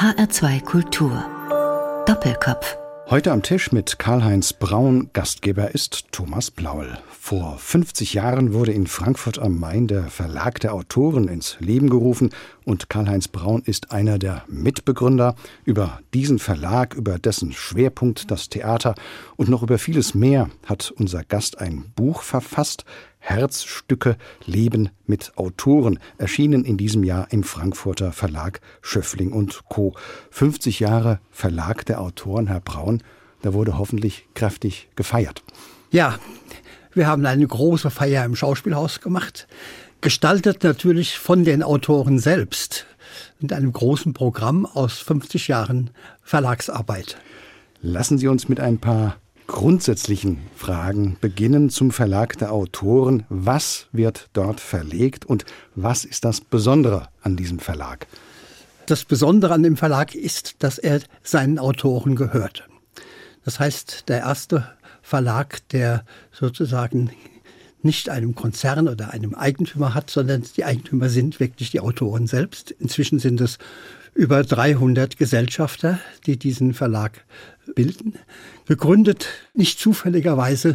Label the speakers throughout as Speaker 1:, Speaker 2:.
Speaker 1: HR2 Kultur. Doppelkopf.
Speaker 2: Heute am Tisch mit Karl-Heinz Braun. Gastgeber ist Thomas Blaul. Vor 50 Jahren wurde in Frankfurt am Main der Verlag der Autoren ins Leben gerufen und Karl-Heinz Braun ist einer der Mitbegründer. Über diesen Verlag, über dessen Schwerpunkt das Theater und noch über vieles mehr hat unser Gast ein Buch verfasst. Herzstücke Leben mit Autoren, erschienen in diesem Jahr im Frankfurter Verlag Schöffling & Co. 50 Jahre Verlag der Autoren, Herr Braun, da wurde hoffentlich kräftig gefeiert.
Speaker 3: Ja, wir haben eine große Feier im Schauspielhaus gemacht, gestaltet natürlich von den Autoren selbst, mit einem großen Programm aus 50 Jahren Verlagsarbeit.
Speaker 2: Lassen Sie uns mit ein paar grundsätzlichen Fragen beginnen zum Verlag der Autoren. Was wird dort verlegt und was ist das Besondere an diesem Verlag?
Speaker 3: Das Besondere an dem Verlag ist, dass er seinen Autoren gehört. Das heißt, der erste Verlag, der sozusagen nicht einem Konzern oder einem Eigentümer hat, sondern die Eigentümer sind wirklich die Autoren selbst. Inzwischen sind es über 300 Gesellschafter, die diesen Verlag bilden. Gegründet nicht zufälligerweise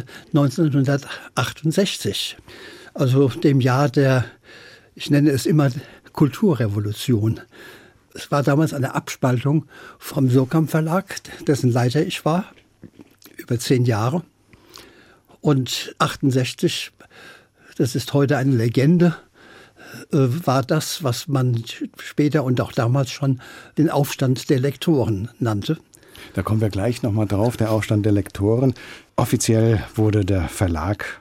Speaker 3: 1968, also dem Jahr der, ich nenne es immer Kulturrevolution. Es war damals eine Abspaltung vom Surkamp Verlag, dessen Leiter ich war, über 10 Jahre. Und 68, das ist heute eine Legende, war das, was man später und auch damals schon den Aufstand der Lektoren nannte.
Speaker 2: Da kommen wir gleich nochmal drauf, der Aufstand der Lektoren. Offiziell wurde der Verlag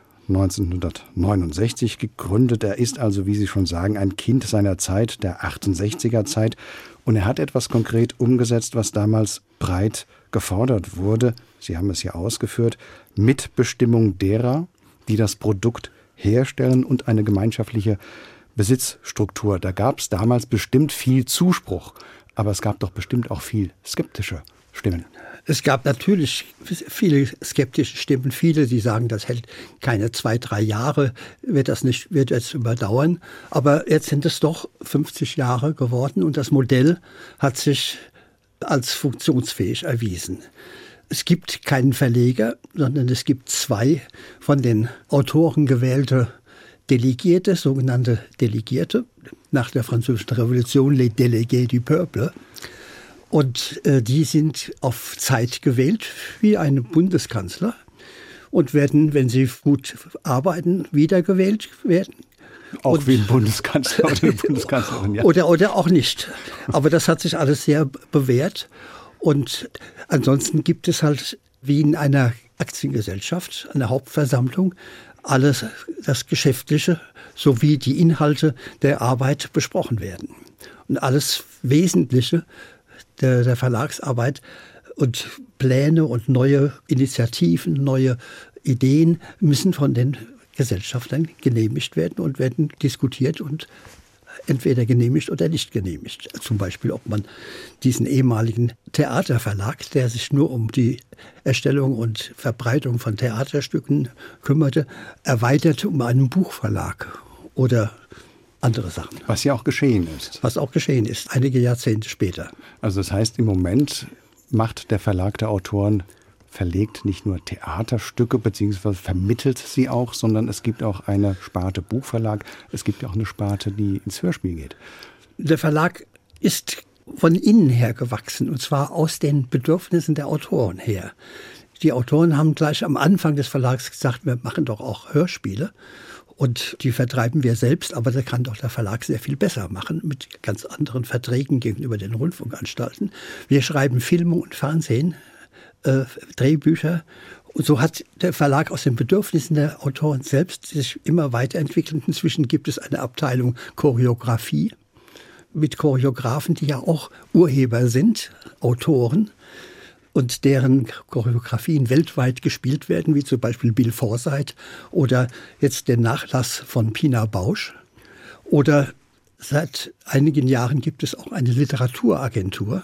Speaker 2: 1969 gegründet. Er ist also, wie Sie schon sagen, ein Kind seiner Zeit, der 68er Zeit. Und er hat etwas konkret umgesetzt, was damals breit gefordert wurde. Sie haben es ja ausgeführt. Mitbestimmung derer, die das Produkt herstellen und eine gemeinschaftliche Besitzstruktur. Da gab es damals bestimmt viel Zuspruch, aber es gab doch bestimmt auch viel skeptische Stimmen.
Speaker 3: Es gab natürlich viele skeptische Stimmen, viele, die sagen, das hält keine 2-3 Jahre, wird es überdauern. Aber jetzt sind es doch 50 Jahre geworden und das Modell hat sich als funktionsfähig erwiesen. Es gibt keinen Verleger, sondern es gibt 2 von den Autoren gewählte Delegierte, sogenannte Delegierte, nach der Französischen Revolution, les délégués du peuple. Und die sind auf Zeit gewählt, wie ein Bundeskanzler, und werden, wenn sie gut arbeiten, wiedergewählt werden.
Speaker 2: Auch wie ein Bundeskanzler oder eine Bundeskanzlerin, ja.
Speaker 3: Oder auch nicht. Aber das hat sich alles sehr bewährt. Und ansonsten gibt es halt, wie in einer Aktiengesellschaft, eine Hauptversammlung, alles das Geschäftliche sowie die Inhalte der Arbeit besprochen werden. Und alles Wesentliche der Verlagsarbeit und Pläne und neue Initiativen, neue Ideen müssen von den Gesellschaftern genehmigt werden und werden diskutiert und entweder genehmigt oder nicht genehmigt. Zum Beispiel, ob man diesen ehemaligen Theaterverlag, der sich nur um die Erstellung und Verbreitung von Theaterstücken kümmerte, erweitert um einen Buchverlag oder andere Sachen.
Speaker 2: Was ja auch geschehen ist.
Speaker 3: Was auch geschehen ist, einige Jahrzehnte später.
Speaker 2: Also das heißt, im Moment macht der Verlag der Autoren, verlegt nicht nur Theaterstücke beziehungsweise vermittelt sie auch, sondern es gibt auch eine Sparte Buchverlag. Es gibt ja auch eine Sparte, die ins Hörspiel geht.
Speaker 3: Der Verlag ist von innen her gewachsen, und zwar aus den Bedürfnissen der Autoren her. Die Autoren haben gleich am Anfang des Verlags gesagt, wir machen doch auch Hörspiele. Und die vertreiben wir selbst, aber da kann doch der Verlag sehr viel besser machen, mit ganz anderen Verträgen gegenüber den Rundfunkanstalten. Wir schreiben Filme und Fernsehen, Drehbücher. Und so hat der Verlag aus den Bedürfnissen der Autoren selbst sich immer weiterentwickelt. Inzwischen gibt es eine Abteilung Choreografie mit Choreografen, die ja auch Urheber sind, Autoren, und deren Choreografien weltweit gespielt werden, wie zum Beispiel Bill Forsyth oder jetzt der Nachlass von Pina Bausch. Oder seit einigen Jahren gibt es auch eine Literaturagentur,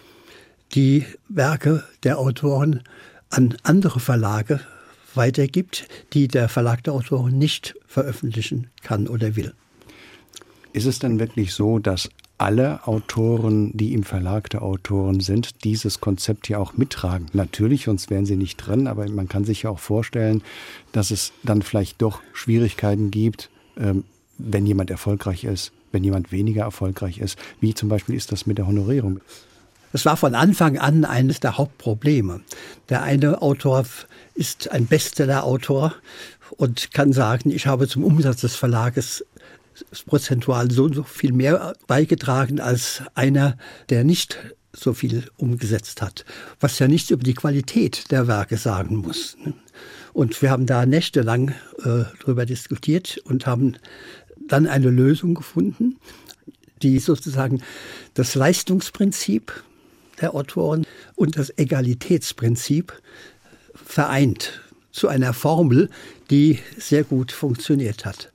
Speaker 3: die Werke der Autoren an andere Verlage weitergibt, die der Verlag der Autoren nicht veröffentlichen kann oder will.
Speaker 2: Ist es denn wirklich so, dass alle Autoren, die im Verlag der Autoren sind, dieses Konzept ja auch mittragen. Natürlich, sonst wären sie nicht drin, aber man kann sich ja auch vorstellen, dass es dann vielleicht doch Schwierigkeiten gibt, wenn jemand erfolgreich ist, wenn jemand weniger erfolgreich ist. Wie zum Beispiel ist das mit der Honorierung?
Speaker 3: Das war von Anfang an eines der Hauptprobleme. Der eine Autor ist ein Bestseller-Autor und kann sagen, ich habe zum Umsatz des Verlages prozentual so und so viel mehr beigetragen als einer, der nicht so viel umgesetzt hat. Was ja nichts über die Qualität der Werke sagen muss. Und wir haben da nächtelang drüber diskutiert und haben dann eine Lösung gefunden, die sozusagen das Leistungsprinzip der Autoren und das Egalitätsprinzip vereint zu einer Formel, die sehr gut funktioniert hat.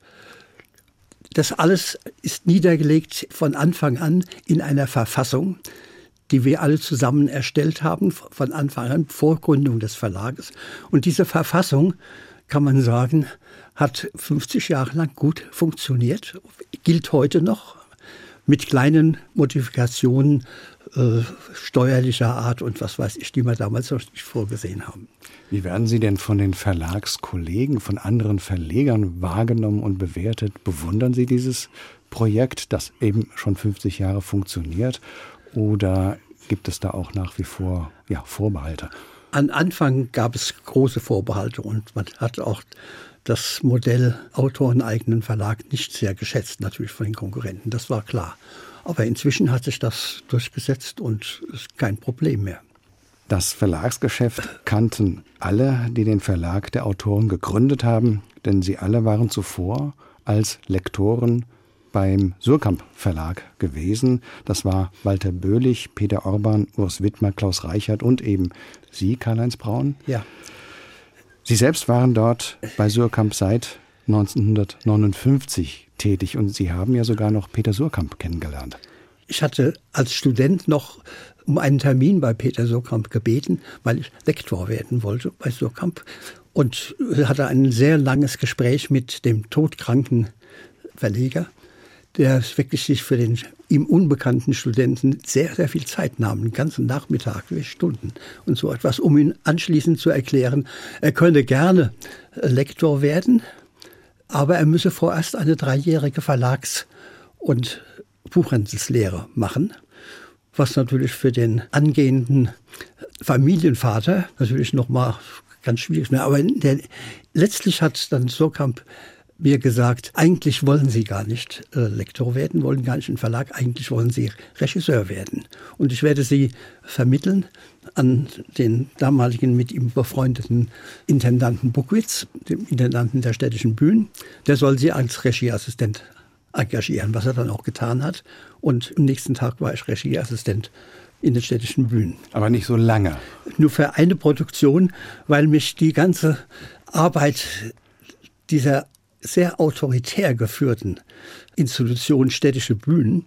Speaker 3: Das alles ist niedergelegt von Anfang an in einer Verfassung, die wir alle zusammen erstellt haben, von Anfang an, vor Gründung des Verlages. Und diese Verfassung, kann man sagen, hat 50 Jahre lang gut funktioniert, gilt heute noch mit kleinen Modifikationen steuerlicher Art und was weiß ich, die wir damals noch nicht vorgesehen haben.
Speaker 2: Wie werden Sie denn von den Verlagskollegen, von anderen Verlegern wahrgenommen und bewertet? Bewundern Sie dieses Projekt, das eben schon 50 Jahre funktioniert? Oder gibt es da auch nach wie vor Vorbehalte?
Speaker 3: An Anfang gab es große Vorbehalte und man hat auch das Modell autoreneigenen Verlag nicht sehr geschätzt, natürlich von den Konkurrenten, das war klar. Aber inzwischen hat sich das durchgesetzt und ist kein Problem mehr.
Speaker 2: Das Verlagsgeschäft kannten alle, die den Verlag der Autoren gegründet haben, denn sie alle waren zuvor als Lektoren beim Suhrkamp Verlag gewesen. Das war Walter Böhlich, Peter Orban, Urs Widmer, Klaus Reichert und eben Sie, Karl-Heinz Braun.
Speaker 3: Ja.
Speaker 2: Sie selbst waren dort bei Suhrkamp seit 1959 tätig und Sie haben ja sogar noch Peter Suhrkamp kennengelernt.
Speaker 3: Ich hatte als Student noch um einen Termin bei Peter Suhrkamp gebeten, weil ich Lektor werden wollte bei Suhrkamp und hatte ein sehr langes Gespräch mit dem todkranken Verleger, der wirklich sich für den ihm unbekannten Studenten sehr, sehr viel Zeit nahm, den ganzen Nachmittag, Stunden und so etwas, um ihn anschließend zu erklären, er könne gerne Lektor werden, aber er müsse vorerst eine 3-jährige Verlags- und Buchhandelslehre machen, was natürlich für den angehenden Familienvater natürlich nochmal ganz schwierig ist. Aber letztlich hat dann Suhrkamp mir gesagt, eigentlich wollen Sie gar nicht Lektor werden, wollen gar nicht einen Verlag, eigentlich wollen Sie Regisseur werden. Und ich werde Sie vermitteln an den damaligen mit ihm befreundeten Intendanten Buckwitz, dem Intendanten der städtischen Bühnen. Der soll Sie als Regieassistent engagieren, was er dann auch getan hat. Und am nächsten Tag war ich Regieassistent in den städtischen Bühnen.
Speaker 2: Aber nicht so lange.
Speaker 3: Nur für eine Produktion, weil mich die ganze Arbeit dieser sehr autoritär geführten Institution städtische Bühnen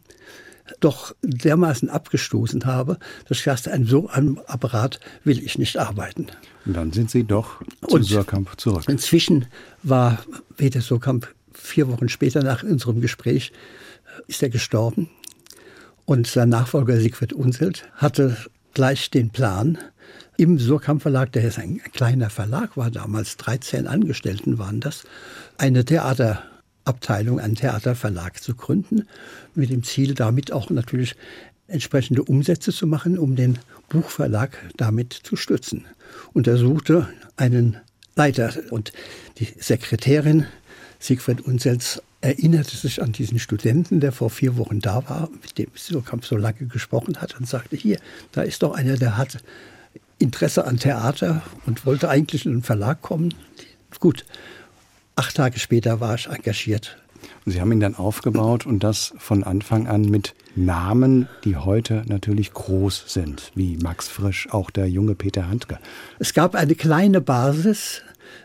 Speaker 3: doch dermaßen abgestoßen habe, dass ich dachte, an so einem Apparat will ich nicht arbeiten.
Speaker 2: Und dann sind Sie doch zu Suhrkamp zurück.
Speaker 3: Inzwischen war Peter Suhrkamp 4 Wochen später nach unserem Gespräch ist er gestorben. Und sein Nachfolger Siegfried Unseld hatte gleich den Plan, im Suhrkamp Verlag, der ist ein kleiner Verlag, war damals 13 Angestellten waren das, eine Theaterabteilung, einen Theaterverlag zu gründen, mit dem Ziel, damit auch natürlich entsprechende Umsätze zu machen, um den Buchverlag damit zu stützen. Und er suchte einen Leiter und die Sekretärin Siegfried Unselds erinnerte sich an diesen Studenten, der vor 4 Wochen da war, mit dem Suhrkamp so lange gesprochen hat und sagte, hier, da ist doch einer, der hat Interesse an Theater und wollte eigentlich in den Verlag kommen. Gut, 8 Tage später war ich engagiert.
Speaker 2: Und Sie haben ihn dann aufgebaut und das von Anfang an mit Namen, die heute natürlich groß sind, wie Max Frisch, auch der junge Peter Handke.
Speaker 3: Es gab eine kleine Basis,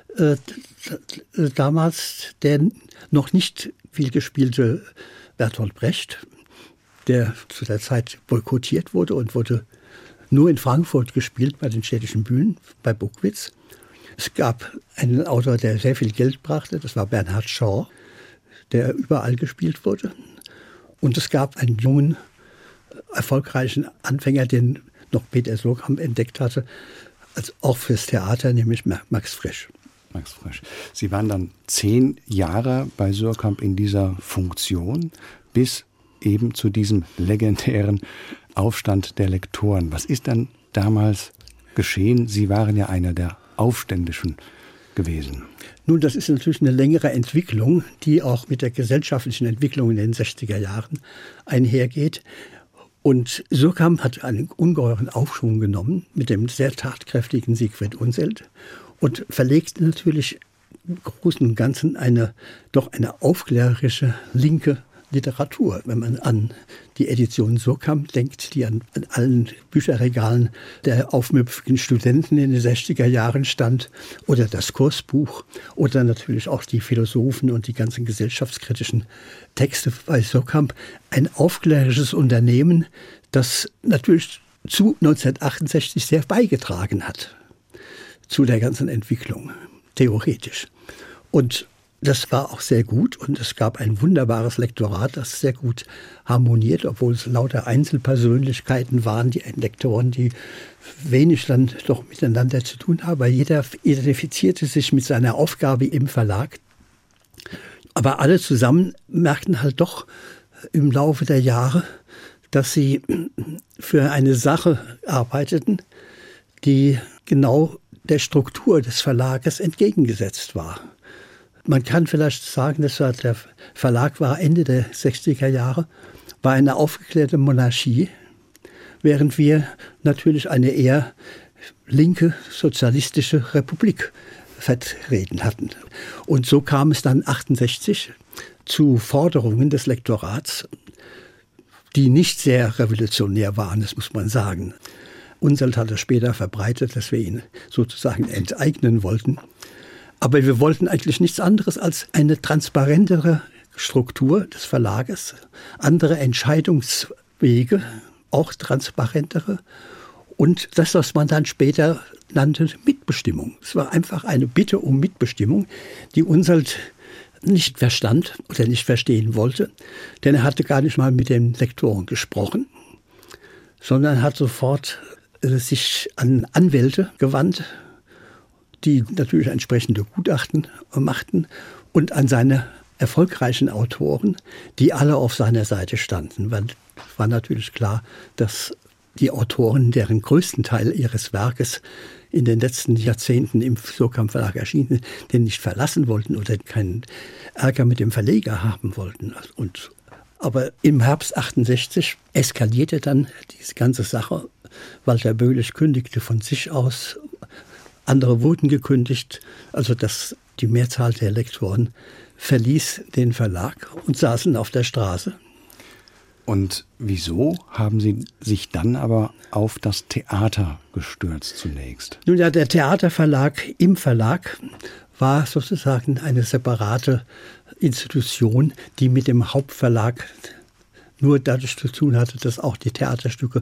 Speaker 3: damals der noch nicht viel gespielte Bertolt Brecht, der zu der Zeit boykottiert wurde und wurde nur in Frankfurt gespielt bei den städtischen Bühnen, bei Buckwitz. Es gab einen Autor, der sehr viel Geld brachte, das war Bernhard Shaw, der überall gespielt wurde. Und es gab einen jungen, erfolgreichen Anfänger, den noch Peter Surkamp entdeckt hatte, also auch fürs Theater, nämlich Max Frisch.
Speaker 2: Max Frisch. Sie waren dann 10 Jahre bei Surkamp in dieser Funktion, bis eben zu diesem legendären Aufstand der Lektoren. Was ist dann damals geschehen? Sie waren ja einer der Aufständischen gewesen.
Speaker 3: Nun, das ist natürlich eine längere Entwicklung, die auch mit der gesellschaftlichen Entwicklung in den 60er Jahren einhergeht. Und Surkamp hat einen ungeheuren Aufschwung genommen mit dem sehr tatkräftigen Siegfried Unseld und verlegte natürlich im Großen und Ganzen eine aufklärerische linke Literatur. Wenn man an die Edition Surkamp denkt, die an allen Bücherregalen der aufmüpfigen Studenten in den 60er Jahren stand, oder das Kursbuch oder natürlich auch die Philosophen und die ganzen gesellschaftskritischen Texte bei Surkamp. Ein aufklärerisches Unternehmen, das natürlich zu 1968 sehr beigetragen hat zu der ganzen Entwicklung, theoretisch. Und das war auch sehr gut und es gab ein wunderbares Lektorat, das sehr gut harmoniert, obwohl es lauter Einzelpersönlichkeiten waren, die Lektoren, die wenig dann doch miteinander zu tun haben. Aber jeder identifizierte sich mit seiner Aufgabe im Verlag. Aber alle zusammen merkten halt doch im Laufe der Jahre, dass sie für eine Sache arbeiteten, die genau der Struktur des Verlages entgegengesetzt war. Man kann vielleicht sagen, dass der Verlag war Ende der 60er Jahre, war eine aufgeklärte Monarchie, während wir natürlich eine eher linke sozialistische Republik vertreten hatten. Und so kam es dann 68 zu Forderungen des Lektorats, die nicht sehr revolutionär waren, das muss man sagen. Unseld hat es später verbreitet, dass wir ihn sozusagen enteignen wollten. Aber wir wollten eigentlich nichts anderes als eine transparentere Struktur des Verlages, andere Entscheidungswege, auch transparentere und das, was man dann später nannte, Mitbestimmung. Es war einfach eine Bitte um Mitbestimmung, die Unseld nicht verstand oder nicht verstehen wollte, denn er hatte gar nicht mal mit den Lektoren gesprochen, sondern hat sofort sich an Anwälte gewandt, die natürlich entsprechende Gutachten machten und an seine erfolgreichen Autoren, die alle auf seiner Seite standen. Weil es war natürlich klar, dass die Autoren, deren größten Teil ihres Werkes in den letzten Jahrzehnten im Surkamp Verlag erschienen, den nicht verlassen wollten oder keinen Ärger mit dem Verleger haben wollten. Aber im Herbst 68 eskalierte dann diese ganze Sache. Walter Böhlich kündigte von sich aus, andere wurden gekündigt, also die Mehrzahl der Lektoren verließ den Verlag und saßen auf der Straße.
Speaker 2: Und wieso haben Sie sich dann aber auf das Theater gestürzt zunächst?
Speaker 3: Nun ja, der Theaterverlag im Verlag war sozusagen eine separate Institution, die mit dem Hauptverlag nur dadurch zu tun hatte, dass auch die Theaterstücke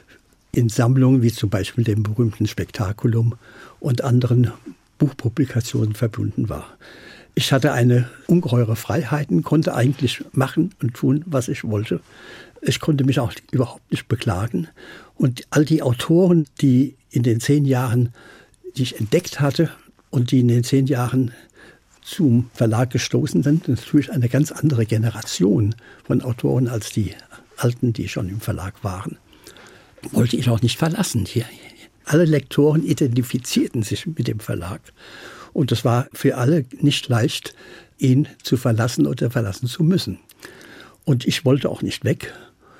Speaker 3: in Sammlungen wie zum Beispiel dem berühmten Spektakulum und anderen Buchpublikationen verbunden war. Ich hatte eine ungeheure Freiheit, konnte eigentlich machen und tun, was ich wollte. Ich konnte mich auch überhaupt nicht beklagen. Und all die Autoren, die in den 10 Jahren, die ich entdeckt hatte und die in den 10 Jahren zum Verlag gestoßen sind, natürlich eine ganz andere Generation von Autoren als die alten, die schon im Verlag waren, wollte ich auch nicht verlassen hier. Alle Lektoren identifizierten sich mit dem Verlag. Und es war für alle nicht leicht, ihn zu verlassen oder verlassen zu müssen. Und ich wollte auch nicht weg.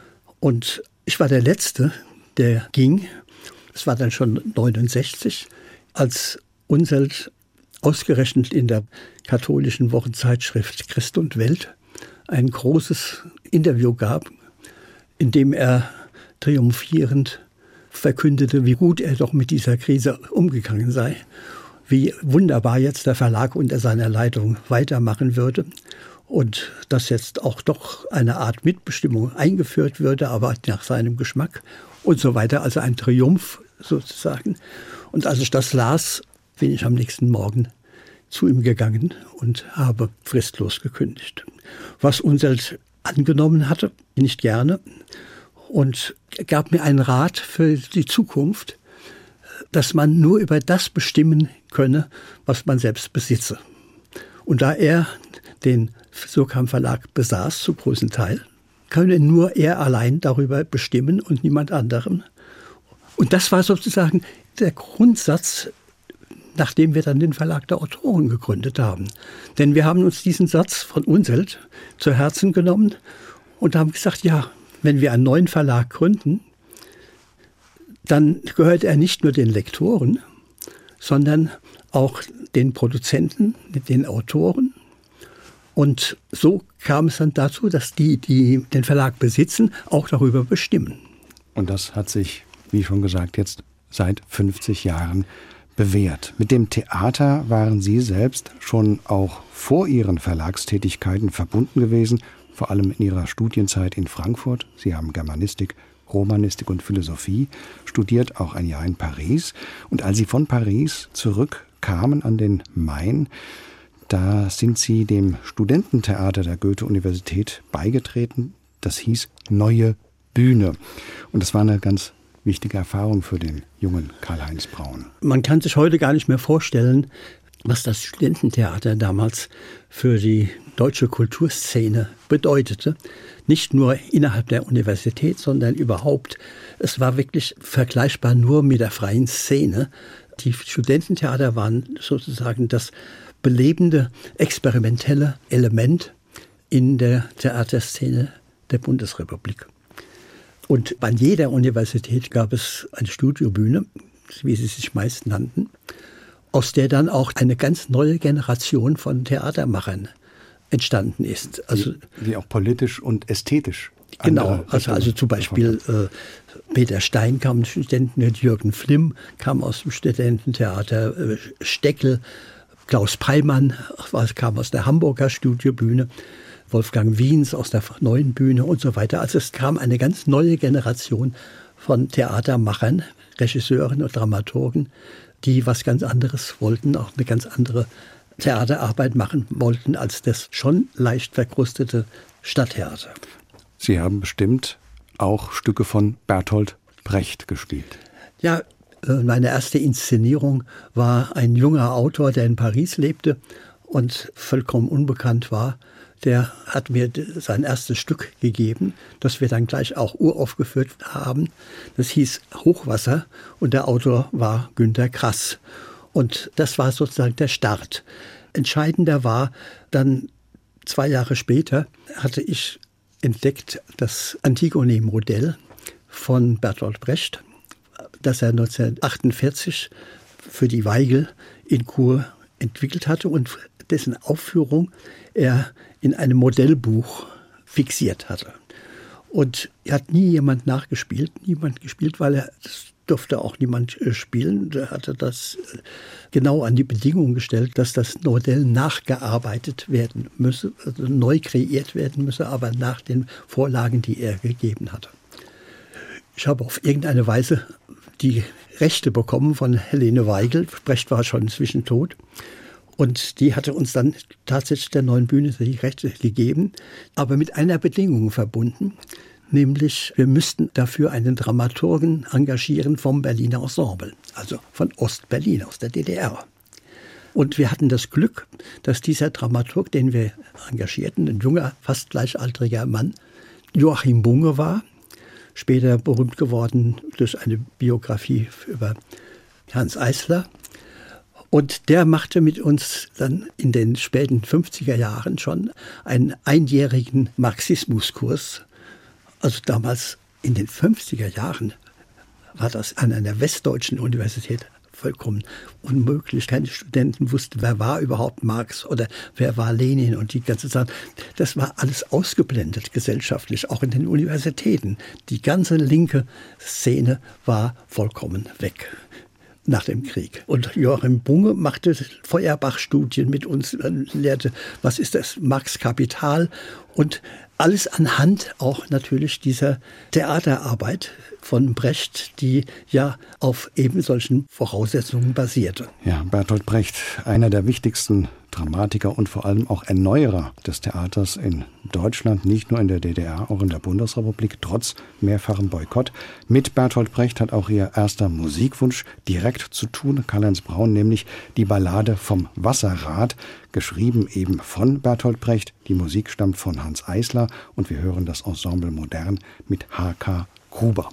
Speaker 3: Und ich war der Letzte, der ging. Es war dann schon 69, als Unseld ausgerechnet in der katholischen Wochenzeitschrift Christ und Welt ein großes Interview gab, in dem er triumphierend verkündete, wie gut er doch mit dieser Krise umgegangen sei, wie wunderbar jetzt der Verlag unter seiner Leitung weitermachen würde und dass jetzt auch doch eine Art Mitbestimmung eingeführt würde, aber nach seinem Geschmack und so weiter. Also ein Triumph sozusagen. Und als ich das las, bin ich am nächsten Morgen zu ihm gegangen und habe fristlos gekündigt. Was Unseld angenommen hatte, nicht gerne, und gab mir einen Rat für die Zukunft, dass man nur über das bestimmen könne, was man selbst besitze. Und da er den Surkamp Verlag besaß, zu großen Teil, könne nur er allein darüber bestimmen und niemand anderem. Und das war sozusagen der Grundsatz, nachdem wir dann den Verlag der Autoren gegründet haben. Denn wir haben uns diesen Satz von Unseld zu Herzen genommen und haben gesagt, ja, wenn wir einen neuen Verlag gründen, dann gehört er nicht nur den Lektoren, sondern auch den Produzenten, den Autoren. Und so kam es dann dazu, dass die den Verlag besitzen, auch darüber bestimmen.
Speaker 2: Und das hat sich, wie schon gesagt, jetzt seit 50 Jahren bewährt. Mit dem Theater waren Sie selbst schon auch vor Ihren Verlagstätigkeiten verbunden gewesen, vor allem in Ihrer Studienzeit in Frankfurt. Sie haben Germanistik, Romanistik und Philosophie studiert, auch ein Jahr in Paris. Und als Sie von Paris zurückkamen an den Main, da sind Sie dem Studententheater der Goethe-Universität beigetreten. Das hieß Neue Bühne. Und das war eine ganz wichtige Erfahrung für den jungen Karl-Heinz Braun.
Speaker 3: Man kann sich heute gar nicht mehr vorstellen, was das Studententheater damals für die deutsche Kulturszene bedeutete. Nicht nur innerhalb der Universität, sondern überhaupt. Es war wirklich vergleichbar nur mit der freien Szene. Die Studententheater waren sozusagen das belebende, experimentelle Element in der Theaterszene der Bundesrepublik. Und an jeder Universität gab es eine Studiobühne, wie sie sich meist nannten, aus der dann auch eine ganz neue Generation von Theatermachern entstanden ist. Also,
Speaker 2: die auch politisch und ästhetisch.
Speaker 3: Genau, also zum Beispiel Peter Stein kam aus dem Studententheater, Jürgen Flimm kam aus dem Studententheater, Steckel, Klaus Peimann kam aus der Hamburger Studiobühne, Wolfgang Wiens aus der Neuen Bühne und so weiter. Also es kam eine ganz neue Generation von Theatermachern, Regisseuren und Dramaturgen, die was ganz anderes wollten, auch eine ganz andere Theaterarbeit machen wollten als das schon leicht verkrustete Stadttheater.
Speaker 2: Sie haben bestimmt auch Stücke von Bertolt Brecht gespielt.
Speaker 3: Ja, meine erste Inszenierung war ein junger Autor, der in Paris lebte und vollkommen unbekannt war. Der hat mir sein erstes Stück gegeben, das wir dann gleich auch uraufgeführt haben. Das hieß Hochwasser und der Autor war Günter Grass. Und das war sozusagen der Start. Entscheidender war dann 2 Jahre später, hatte ich entdeckt das Antigone-Modell von Bertolt Brecht, das er 1948 für die Weigel in Chur entwickelt hatte und dessen Aufführung er in einem Modellbuch fixiert hatte. Und er hat nie jemand nachgespielt, weil das durfte auch niemand spielen. Er hatte das genau an die Bedingung gestellt, dass das Modell nachgearbeitet werden müsse, also neu kreiert werden müsse, aber nach den Vorlagen, die er gegeben hatte. Ich habe auf irgendeine Weise die Rechte bekommen von Helene Weigel. Brecht war schon inzwischen tot. Und die hatte uns dann tatsächlich der Neuen Bühne die Rechte gegeben, aber mit einer Bedingung verbunden, nämlich wir müssten dafür einen Dramaturgen engagieren vom Berliner Ensemble, also von Ostberlin, aus der DDR. Und wir hatten das Glück, dass dieser Dramaturg, den wir engagierten, ein junger, fast gleichaltriger Mann, Joachim Bunge war, später berühmt geworden durch eine Biografie über Hans Eisler. Und der machte mit uns dann in den späten 50er Jahren schon einen einjährigen Marxismuskurs. Also damals in den 50er Jahren war das an einer westdeutschen Universität vollkommen unmöglich. Keine Studenten wussten, wer war überhaupt Marx oder wer war Lenin und die ganze Sache. Das war alles ausgeblendet gesellschaftlich, auch in den Universitäten. Die ganze linke Szene war vollkommen weg nach dem Krieg. Und Joachim Bunge machte Feuerbach-Studien mit uns, lehrte, was ist das Marx-Kapital und alles anhand auch natürlich dieser Theaterarbeit von Brecht, die ja auf eben solchen Voraussetzungen basierte.
Speaker 2: Ja, Bertolt Brecht, einer der wichtigsten Dramatiker und vor allem auch Erneuerer des Theaters in Deutschland, nicht nur in der DDR, auch in der Bundesrepublik, trotz mehrfachem Boykott. Mit Bertolt Brecht hat auch ihr erster Musikwunsch direkt zu tun, Karl-Heinz Braun, nämlich die Ballade vom Wasserrad, geschrieben eben von Bertolt Brecht. Die Musik stammt von Hanns Eisler und wir hören das Ensemble Modern mit H.K. Gruber.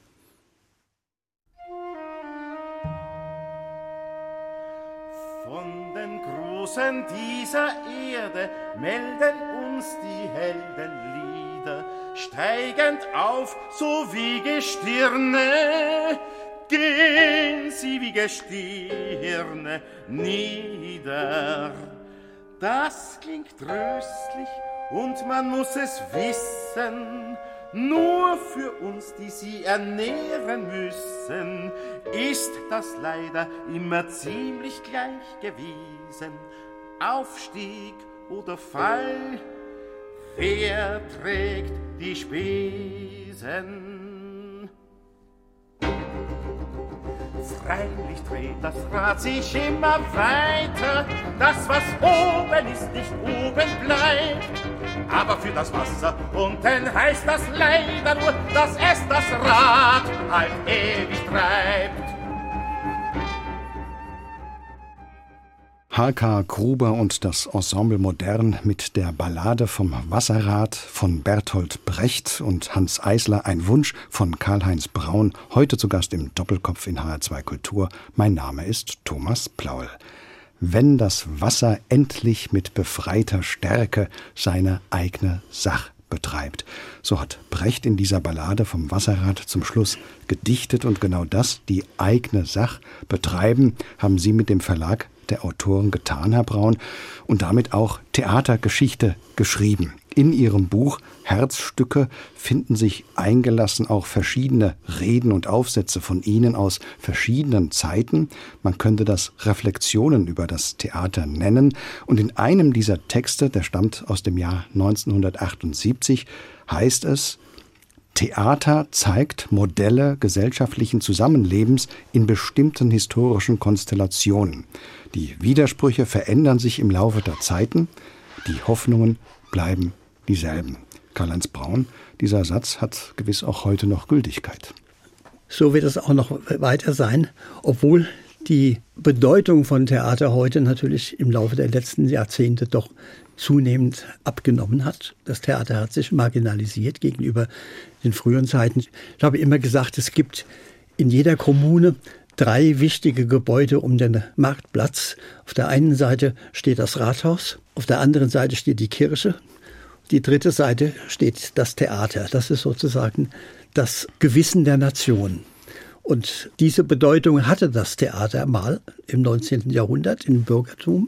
Speaker 4: Dieser Erde melden uns die Heldenlieder, steigend auf, so wie Gestirne, gehen sie wie Gestirne nieder. Das klingt tröstlich und man muss es wissen, nur für uns, die sie ernähren müssen, ist das leider immer ziemlich gleich gewesen. Aufstieg oder Fall, wer trägt die Spesen? Freilich dreht das Rad sich immer weiter, das, was oben ist, nicht oben bleibt. Aber für das Wasser unten heißt das leider nur, dass es das Rad halt ewig treibt.
Speaker 2: H.K. Gruber und das Ensemble Modern mit der Ballade vom Wasserrad von Bertolt Brecht und Hanns Eisler, ein Wunsch von Karl-Heinz Braun, heute zu Gast im Doppelkopf in HR2 Kultur. Mein Name ist Thomas Plaul. Wenn das Wasser endlich mit befreiter Stärke seine eigene Sach betreibt. So hat Brecht in dieser Ballade vom Wasserrad zum Schluss gedichtet und genau das, die eigene Sach betreiben, haben Sie mit dem Verlag der Autoren getan, Herr Braun, und damit auch Theatergeschichte geschrieben. In Ihrem Buch Herzstücke finden sich eingelassen auch verschiedene Reden und Aufsätze von Ihnen aus verschiedenen Zeiten. Man könnte das Reflexionen über das Theater nennen. Und in einem dieser Texte, der stammt aus dem Jahr 1978, heißt es: Theater zeigt Modelle gesellschaftlichen Zusammenlebens in bestimmten historischen Konstellationen. Die Widersprüche verändern sich im Laufe der Zeiten, die Hoffnungen bleiben dieselben. Karl-Heinz Braun, dieser Satz hat gewiss auch heute noch Gültigkeit.
Speaker 3: So wird es auch noch weiter sein, obwohl die Bedeutung von Theater heute natürlich im Laufe der letzten Jahrzehnte doch zunehmend abgenommen hat. Das Theater hat sich marginalisiert gegenüber den früheren Zeiten. Ich habe immer gesagt, es gibt in jeder Kommune 3 wichtige Gebäude um den Marktplatz. Auf der einen Seite steht das Rathaus, auf der anderen Seite steht die Kirche, die dritte Seite steht das Theater. Das ist sozusagen das Gewissen der Nation. Und diese Bedeutung hatte das Theater mal im 19. Jahrhundert im Bürgertum.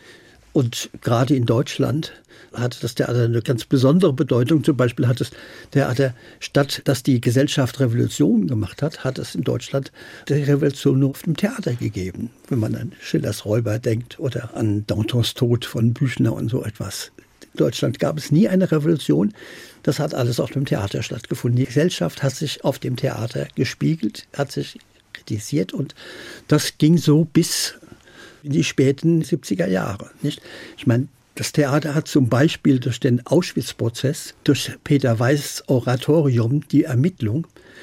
Speaker 3: Und gerade in Deutschland hatte das Theater eine ganz besondere Bedeutung. Zum Beispiel hat das Theater, statt dass die Gesellschaft Revolution gemacht hat, hat es in Deutschland die Revolution nur auf dem Theater gegeben. Wenn man an Schillers Räuber denkt oder an Dantons Tod von Büchner und so etwas. In Deutschland gab es nie eine Revolution. Das hat alles auf dem Theater stattgefunden. Die Gesellschaft hat sich auf dem Theater gespiegelt, hat sich kritisiert und das ging so bis in die späten 70er Jahre. Nicht? Ich meine, das Theater hat zum Beispiel durch den Auschwitz-Prozess, durch Peter Weiß' Oratorium, die Ermittlung,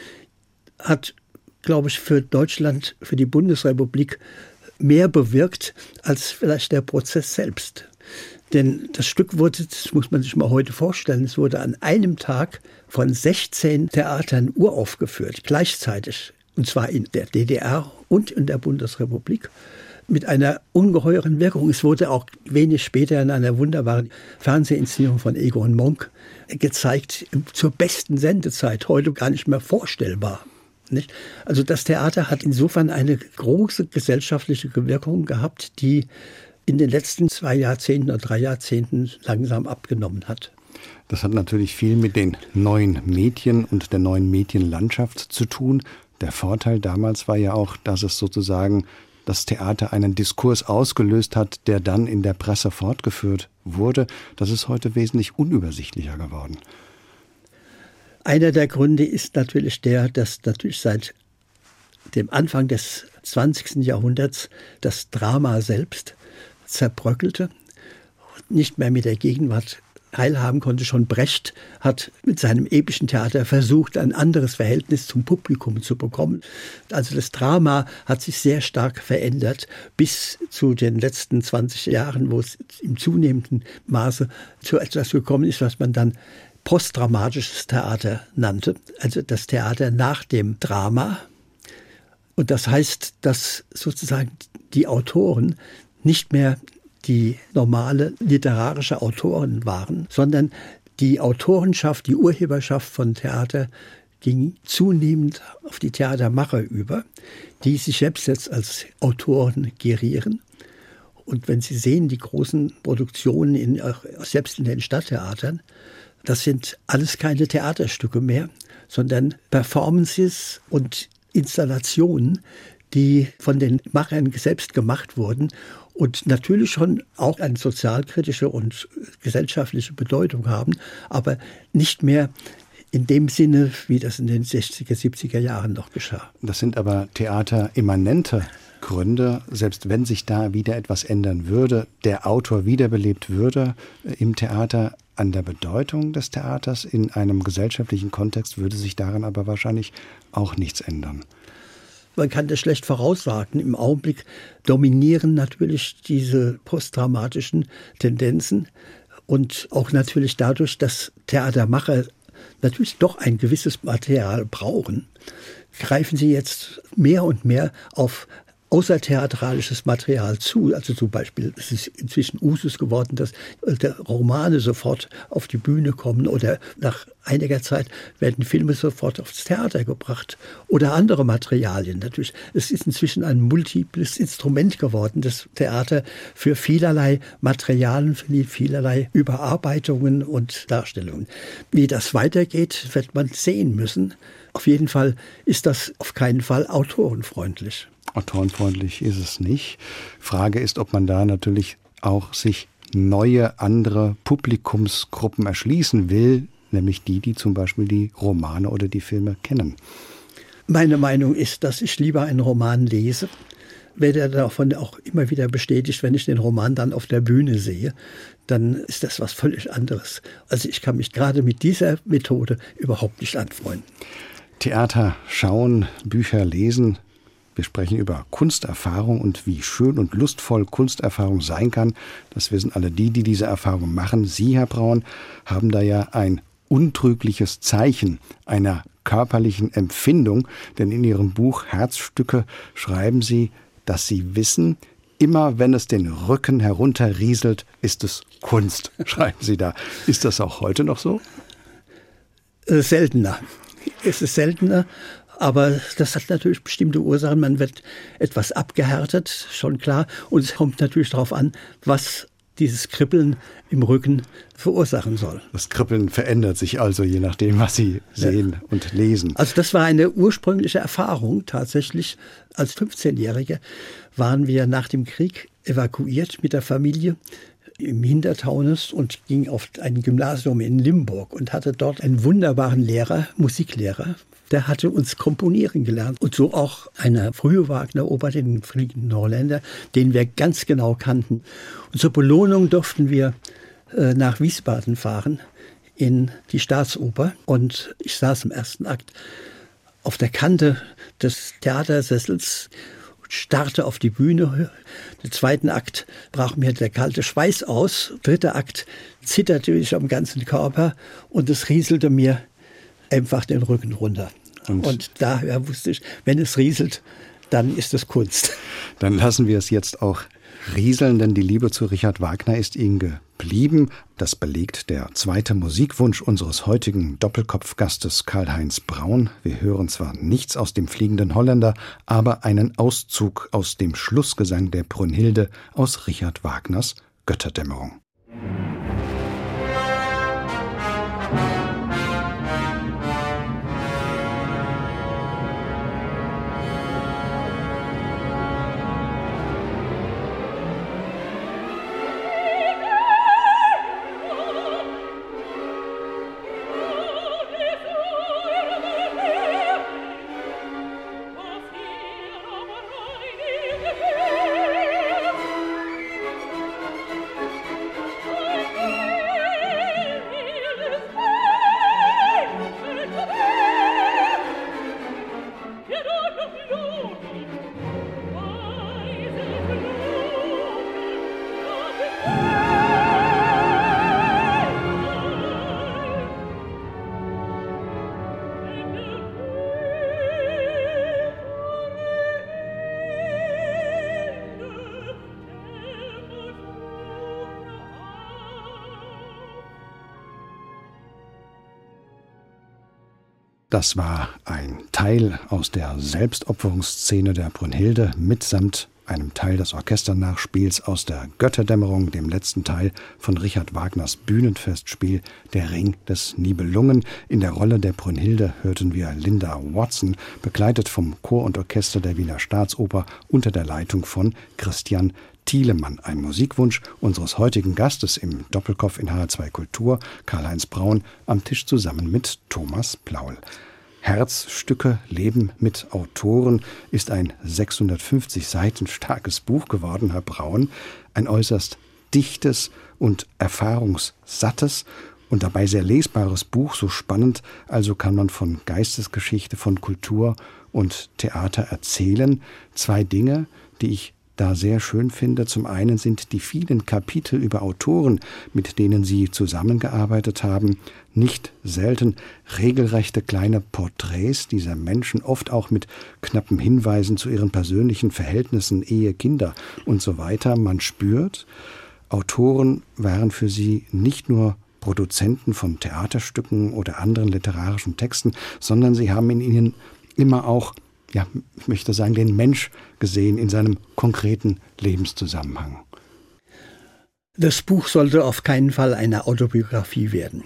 Speaker 3: hat, glaube ich, für Deutschland, für die Bundesrepublik mehr bewirkt als vielleicht der Prozess selbst. Denn das Stück wurde, das muss man sich mal heute vorstellen, es wurde an einem Tag von 16 Theatern uraufgeführt, gleichzeitig. Und zwar in der DDR und in der Bundesrepublik. Mit einer ungeheuren Wirkung. Es wurde auch wenig später in einer wunderbaren Fernsehinszenierung von Egon Monk gezeigt, zur besten Sendezeit, heute gar nicht mehr vorstellbar. Nicht? Also das Theater hat insofern eine große gesellschaftliche Wirkung gehabt, die in den letzten 2 Jahrzehnten oder 3 Jahrzehnten langsam abgenommen hat.
Speaker 2: Das hat natürlich viel mit den neuen Medien und der neuen Medienlandschaft zu tun. Der Vorteil damals war ja auch, dass es sozusagen das Theater einen Diskurs ausgelöst hat, der dann in der Presse fortgeführt wurde. Das ist heute wesentlich unübersichtlicher geworden.
Speaker 3: Einer der Gründe ist natürlich der, dass natürlich seit dem Anfang des 20. Jahrhunderts das Drama selbst zerbröckelte, nicht mehr mit der Gegenwart teilhaben konnte. Schon Brecht hat mit seinem epischen Theater versucht, ein anderes Verhältnis zum Publikum zu bekommen. Also das Drama hat sich sehr stark verändert bis zu den letzten 20 Jahren, wo es im zunehmenden Maße zu etwas gekommen ist, was man dann postdramatisches Theater nannte. Also das Theater nach dem Drama. Und das heißt, dass sozusagen die Autoren nicht mehr die normale literarische Autoren waren, sondern die Autorenschaft, die Urheberschaft von Theater ging zunehmend auf die Theatermacher über, die sich selbst jetzt als Autoren gerieren. Und wenn Sie sehen, die großen Produktionen selbst in den Stadttheatern, das sind alles keine Theaterstücke mehr, sondern Performances und Installationen, die von den Machern selbst gemacht wurden und natürlich schon auch eine sozialkritische und gesellschaftliche Bedeutung haben, aber nicht mehr in dem Sinne, wie das in den 60er, 70er Jahren noch geschah.
Speaker 2: Das sind aber theaterimmanente Gründe, selbst wenn sich da wieder etwas ändern würde, der Autor wiederbelebt würde im Theater, an der Bedeutung des Theaters in einem gesellschaftlichen Kontext würde sich daran aber wahrscheinlich auch nichts ändern.
Speaker 3: Man kann das schlecht voraussagen. Im Augenblick dominieren natürlich diese postdramatischen Tendenzen und auch natürlich dadurch, dass Theatermacher natürlich doch ein gewisses Material brauchen, greifen sie jetzt mehr und mehr auf außertheatralisches Material zu. Also zum Beispiel, es ist inzwischen Usus geworden, dass Romane sofort auf die Bühne kommen oder nach einiger Zeit werden Filme sofort aufs Theater gebracht oder andere Materialien. Natürlich, es ist inzwischen ein multiples Instrument geworden, das Theater, für vielerlei Materialien, für vielerlei Überarbeitungen und Darstellungen. Wie das weitergeht, wird man sehen müssen. Auf jeden Fall ist das auf keinen Fall autorenfreundlich.
Speaker 2: Autorenfreundlich ist es nicht. Frage ist, ob man da natürlich auch sich neue, andere Publikumsgruppen erschließen will, nämlich die zum Beispiel die Romane oder die Filme kennen.
Speaker 3: Meine Meinung ist, dass ich lieber einen Roman lese, werde davon auch immer wieder bestätigt, wenn ich den Roman dann auf der Bühne sehe, dann ist das was völlig anderes. Also ich kann mich gerade mit dieser Methode überhaupt nicht anfreunden.
Speaker 2: Theater schauen, Bücher lesen. Wir sprechen über Kunsterfahrung und wie schön und lustvoll Kunsterfahrung sein kann. Das wissen alle die diese Erfahrung machen. Sie, Herr Braun, haben da ja ein untrügliches Zeichen einer körperlichen Empfindung. Denn in Ihrem Buch Herzstücke schreiben Sie, dass Sie wissen, immer wenn es den Rücken herunterrieselt, ist es Kunst, schreiben Sie da. Ist das auch heute noch so?
Speaker 3: Seltener. Es ist seltener. Aber das hat natürlich bestimmte Ursachen. Man wird etwas abgehärtet, schon klar. Und es kommt natürlich darauf an, was dieses Kribbeln im Rücken verursachen soll.
Speaker 2: Das Kribbeln verändert sich also, je nachdem, was Sie sehen und lesen.
Speaker 3: Also das war eine ursprüngliche Erfahrung tatsächlich. Als 15-Jährige waren wir nach dem Krieg evakuiert mit der Familie im Hintertaunus und ging auf ein Gymnasium in Limburg und hatte dort einen wunderbaren Lehrer, Musiklehrer. Der hatte uns komponieren gelernt und so auch eine frühe Wagner-Oper, den Fliegenden Holländer, den wir ganz genau kannten. Und zur Belohnung durften wir nach Wiesbaden fahren in die Staatsoper und ich saß im ersten Akt auf der Kante des Theatersessels und starrte auf die Bühne. Im zweiten Akt brach mir der kalte Schweiß aus. Dritter Akt zitterte ich am ganzen Körper und es rieselte mir einfach den Rücken runter. Und daher wusste ich, wenn es rieselt, dann ist es Kunst.
Speaker 2: Dann lassen wir es jetzt auch rieseln, denn die Liebe zu Richard Wagner ist Ihnen geblieben. Das belegt der zweite Musikwunsch unseres heutigen Doppelkopfgastes Karl-Heinz Braun. Wir hören zwar nichts aus dem Fliegenden Holländer, aber einen Auszug aus dem Schlussgesang der Brünnhilde aus Richard Wagners Götterdämmerung. Das war ein Teil aus der Selbstopferungsszene der Brünnhilde mitsamt einem Teil des Orchesternachspiels aus der Götterdämmerung, dem letzten Teil von Richard Wagners Bühnenfestspiel Der Ring des Nibelungen. In der Rolle der Brünnhilde hörten wir Linda Watson, begleitet vom Chor und Orchester der Wiener Staatsoper unter der Leitung von Christian Thielemann. Ein Musikwunsch unseres heutigen Gastes im Doppelkopf in HR2 Kultur, Karl-Heinz Braun, am Tisch zusammen mit Thomas Plaul. Herzstücke Leben mit Autoren ist ein 650 Seiten starkes Buch geworden, Herr Braun. Ein äußerst dichtes und erfahrungssattes und dabei sehr lesbares Buch, so spannend, also kann man von Geistesgeschichte, von Kultur und Theater erzählen. 2 Dinge, die ich da sehr schön finde. Zum einen sind die vielen Kapitel über Autoren, mit denen Sie zusammengearbeitet haben, nicht selten regelrechte kleine Porträts dieser Menschen, oft auch mit knappen Hinweisen zu ihren persönlichen Verhältnissen, Ehe, Kinder und so weiter. Man spürt, Autoren waren für Sie nicht nur Produzenten von Theaterstücken oder anderen literarischen Texten, sondern sie haben in ihnen immer auch, ja, ich möchte sagen, den Mensch gesehen in seinem konkreten Lebenszusammenhang.
Speaker 3: Das Buch sollte auf keinen Fall eine Autobiografie werden,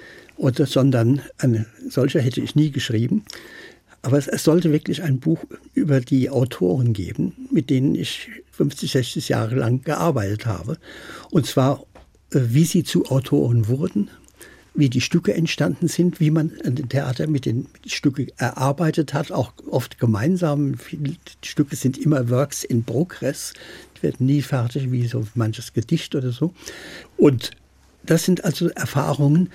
Speaker 3: sondern eine solche hätte ich nie geschrieben. Aber es sollte wirklich ein Buch über die Autoren geben, mit denen ich 50, 60 Jahre lang gearbeitet habe. Und zwar, wie sie zu Autoren wurden, wie die Stücke entstanden sind, wie man ein Theater mit den Stücken erarbeitet hat, auch oft gemeinsam. Viele Stücke sind immer Works in Progress, die werden nie fertig, wie so manches Gedicht oder so. Und das sind also Erfahrungen,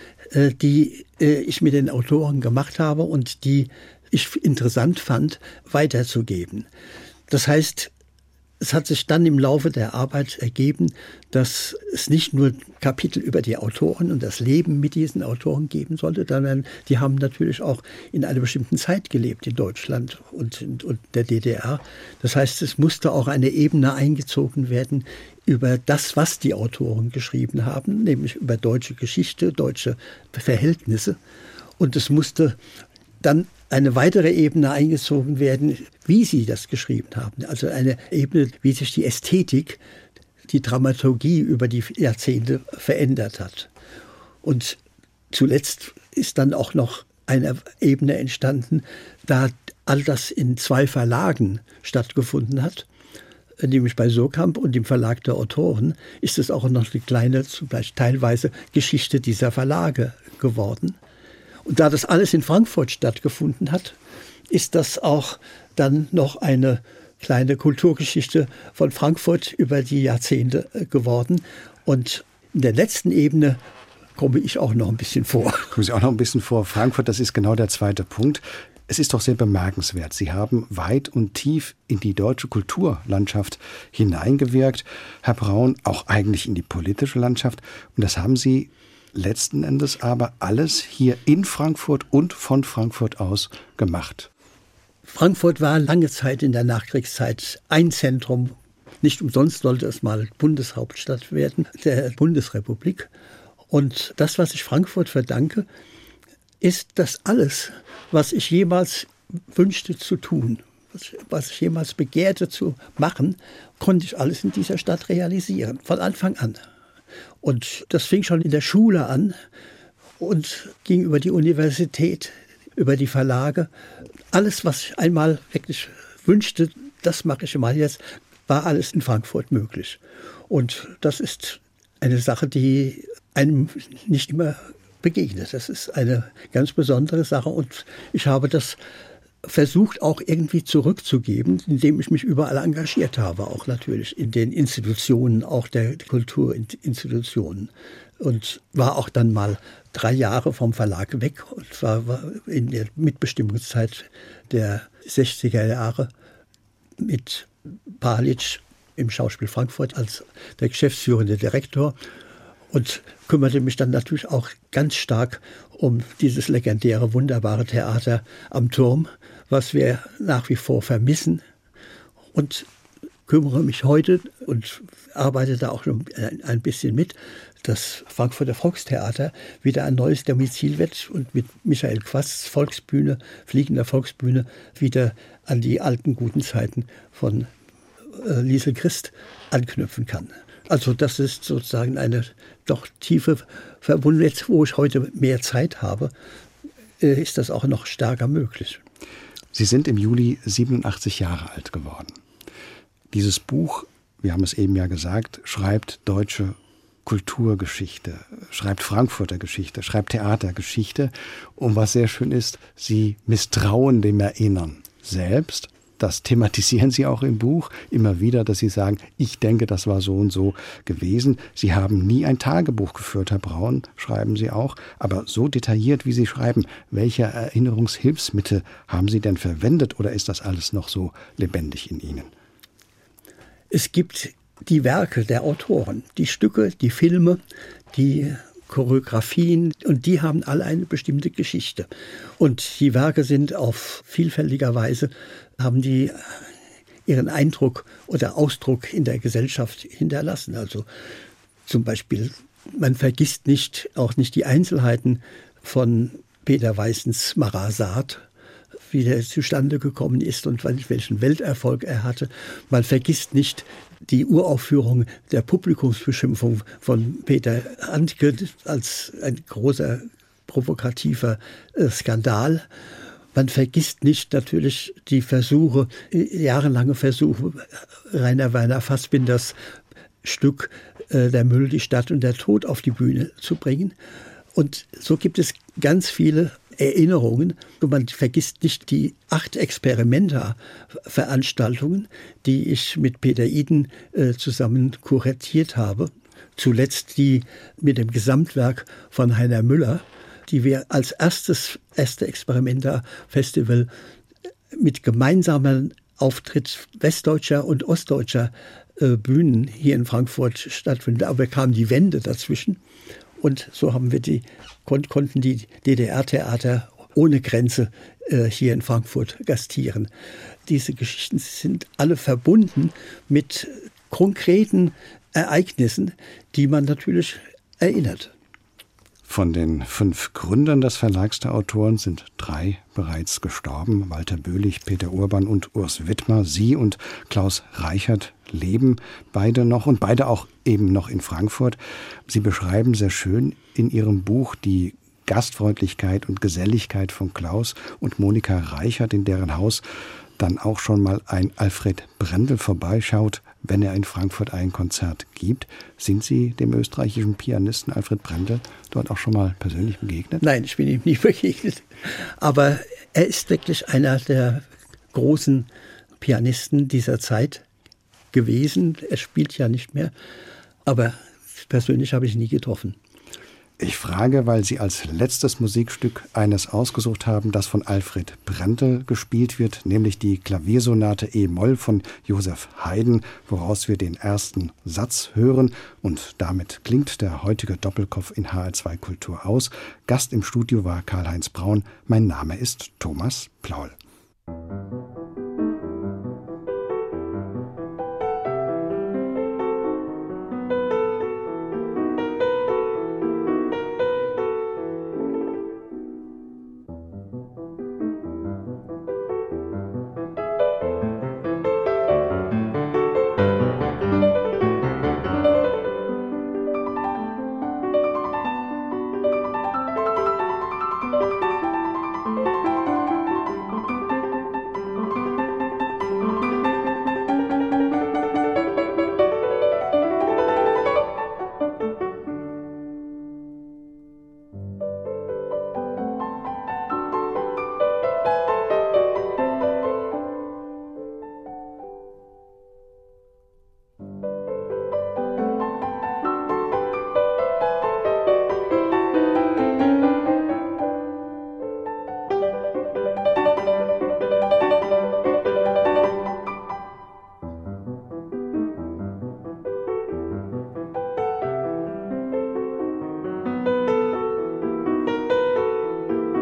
Speaker 3: die ich mit den Autoren gemacht habe und die ich interessant fand, weiterzugeben. Das heißt, es hat sich dann im Laufe der Arbeit ergeben, dass es nicht nur Kapitel über die Autoren und das Leben mit diesen Autoren geben sollte, sondern die haben natürlich auch in einer bestimmten Zeit gelebt in Deutschland und der DDR. Das heißt, es musste auch eine Ebene eingezogen werden über das, was die Autoren geschrieben haben, nämlich über deutsche Geschichte, deutsche Verhältnisse. Und es musste dann eine weitere Ebene eingezogen werden, wie sie das geschrieben haben. Also eine Ebene, wie sich die Ästhetik, die Dramaturgie über die Jahrzehnte verändert hat. Und zuletzt ist dann auch noch eine Ebene entstanden, da all das in 2 Verlagen stattgefunden hat, nämlich bei Surkamp und dem Verlag der Autoren, ist es auch noch eine kleine, zum Beispiel teilweise Geschichte dieser Verlage geworden. Und da das alles in Frankfurt stattgefunden hat, ist das auch dann noch eine kleine Kulturgeschichte von Frankfurt über die Jahrzehnte geworden. Und in der letzten Ebene komme ich auch noch ein bisschen vor.
Speaker 2: Kommen Sie auch noch ein bisschen vor. Frankfurt, das ist genau der zweite Punkt. Es ist doch sehr bemerkenswert. Sie haben weit und tief in die deutsche Kulturlandschaft hineingewirkt, Herr Braun, auch eigentlich in die politische Landschaft. Und das haben Sie letzten Endes aber alles hier in Frankfurt und von Frankfurt aus gemacht.
Speaker 3: Frankfurt war lange Zeit in der Nachkriegszeit ein Zentrum. Nicht umsonst sollte es mal Bundeshauptstadt werden, der Bundesrepublik. Und das, was ich Frankfurt verdanke, ist, dass alles, was ich jemals wünschte zu tun, was ich jemals begehrte zu machen, konnte ich alles in dieser Stadt realisieren, von Anfang an. Und das fing schon in der Schule an und ging über die Universität, über die Verlage. Alles, was ich einmal wirklich wünschte, das mache ich mal jetzt, war alles in Frankfurt möglich. Und das ist eine Sache, die einem nicht immer begegnet. Das ist eine ganz besondere Sache und ich habe das versucht auch irgendwie zurückzugeben, indem ich mich überall engagiert habe, auch natürlich in den Institutionen, auch der Kulturinstitutionen. Und war auch dann mal 3 Jahre vom Verlag weg und war in der Mitbestimmungszeit der 60er Jahre mit Palitsch im Schauspiel Frankfurt als der geschäftsführende Direktor und kümmerte mich dann natürlich auch ganz stark um dieses legendäre, wunderbare Theater am Turm, was wir nach wie vor vermissen. Und kümmere mich heute und arbeite da auch schon ein bisschen mit, dass Frankfurter Volkstheater wieder ein neues Domizil wird und mit Michael Quasts Volksbühne, fliegender Volksbühne, wieder an die alten guten Zeiten von Liesel Christ anknüpfen kann. Also das ist sozusagen eine doch tiefe Verbundenheit. Jetzt, wo ich heute mehr Zeit habe, ist das auch noch stärker möglich.
Speaker 2: Sie sind im Juli 87 Jahre alt geworden. Dieses Buch, wir haben es eben ja gesagt, schreibt deutsche Kulturgeschichte, schreibt Frankfurter Geschichte, schreibt Theatergeschichte. Und was sehr schön ist, Sie misstrauen dem Erinnern selbst. Das thematisieren Sie auch im Buch immer wieder, dass Sie sagen, ich denke, das war so und so gewesen. Sie haben nie ein Tagebuch geführt, Herr Braun, schreiben Sie auch. Aber so detailliert, wie Sie schreiben, welche Erinnerungshilfsmittel haben Sie denn verwendet oder ist das alles noch so lebendig in Ihnen?
Speaker 3: Es gibt die Werke der Autoren, die Stücke, die Filme, die Choreografien, und die haben alle eine bestimmte Geschichte. Und die Werke sind auf vielfältiger Weise, haben die ihren Eindruck oder Ausdruck in der Gesellschaft hinterlassen. Also zum Beispiel, man vergisst auch nicht die Einzelheiten von Peter Weißens Marat, wie der zustande gekommen ist und welchen Welterfolg er hatte. Man vergisst nicht die Uraufführung der Publikumsbeschimpfung von Peter Handke als ein großer provokativer Skandal. Man vergisst nicht natürlich die Versuche, jahrelange Versuche, Rainer Werner Fassbinders Stück Der Müll, die Stadt und der Tod auf die Bühne zu bringen. Und so gibt es ganz viele Erinnerungen. Und man vergisst nicht die 8 Experimenta-Veranstaltungen, die ich mit Peter Iden zusammen kuratiert habe. Zuletzt die mit dem Gesamtwerk von Heiner Müller, die wir als erste Experimenta-Festival mit gemeinsamen Auftritt westdeutscher und ostdeutscher Bühnen hier in Frankfurt stattfinden. Aber kamen die Wände dazwischen. Und so haben wir konnten die DDR-Theater ohne Grenze hier in Frankfurt gastieren. Diese Geschichten sind alle verbunden mit konkreten Ereignissen, die man natürlich erinnert.
Speaker 2: Von den 5 Gründern des Verlags der Autoren sind 3 bereits gestorben. Walter Böhlich, Peter Urban und Urs Widmer. Sie und Klaus Reichert leben beide noch und beide auch eben noch in Frankfurt. Sie beschreiben sehr schön in Ihrem Buch die Gastfreundlichkeit und Geselligkeit von Klaus und Monika Reichert, in deren Haus dann auch schon mal ein Alfred Brendel vorbeischaut, wenn er in Frankfurt ein Konzert gibt. Sind Sie dem österreichischen Pianisten Alfred Brendel dort auch schon mal persönlich begegnet?
Speaker 3: Nein, ich bin ihm nie begegnet. Aber er ist wirklich einer der großen Pianisten dieser Zeit gewesen. Er spielt ja nicht mehr, aber persönlich habe ich ihn nie getroffen.
Speaker 2: Ich frage, weil Sie als letztes Musikstück eines ausgesucht haben, das von Alfred Brendel gespielt wird, nämlich die Klaviersonate E-Moll von Joseph Haydn, woraus wir den ersten Satz hören. Und damit klingt der heutige Doppelkopf in HR2 Kultur aus. Gast im Studio war Karl-Heinz Braun. Mein Name ist Thomas Plaul.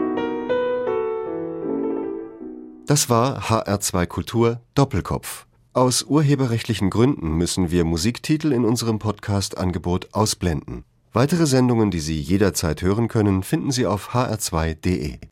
Speaker 5: Das war HR2 Kultur Doppelkopf. Aus urheberrechtlichen Gründen müssen wir Musiktitel in unserem Podcast-Angebot ausblenden. Weitere Sendungen, die Sie jederzeit hören können, finden Sie auf hr2.de.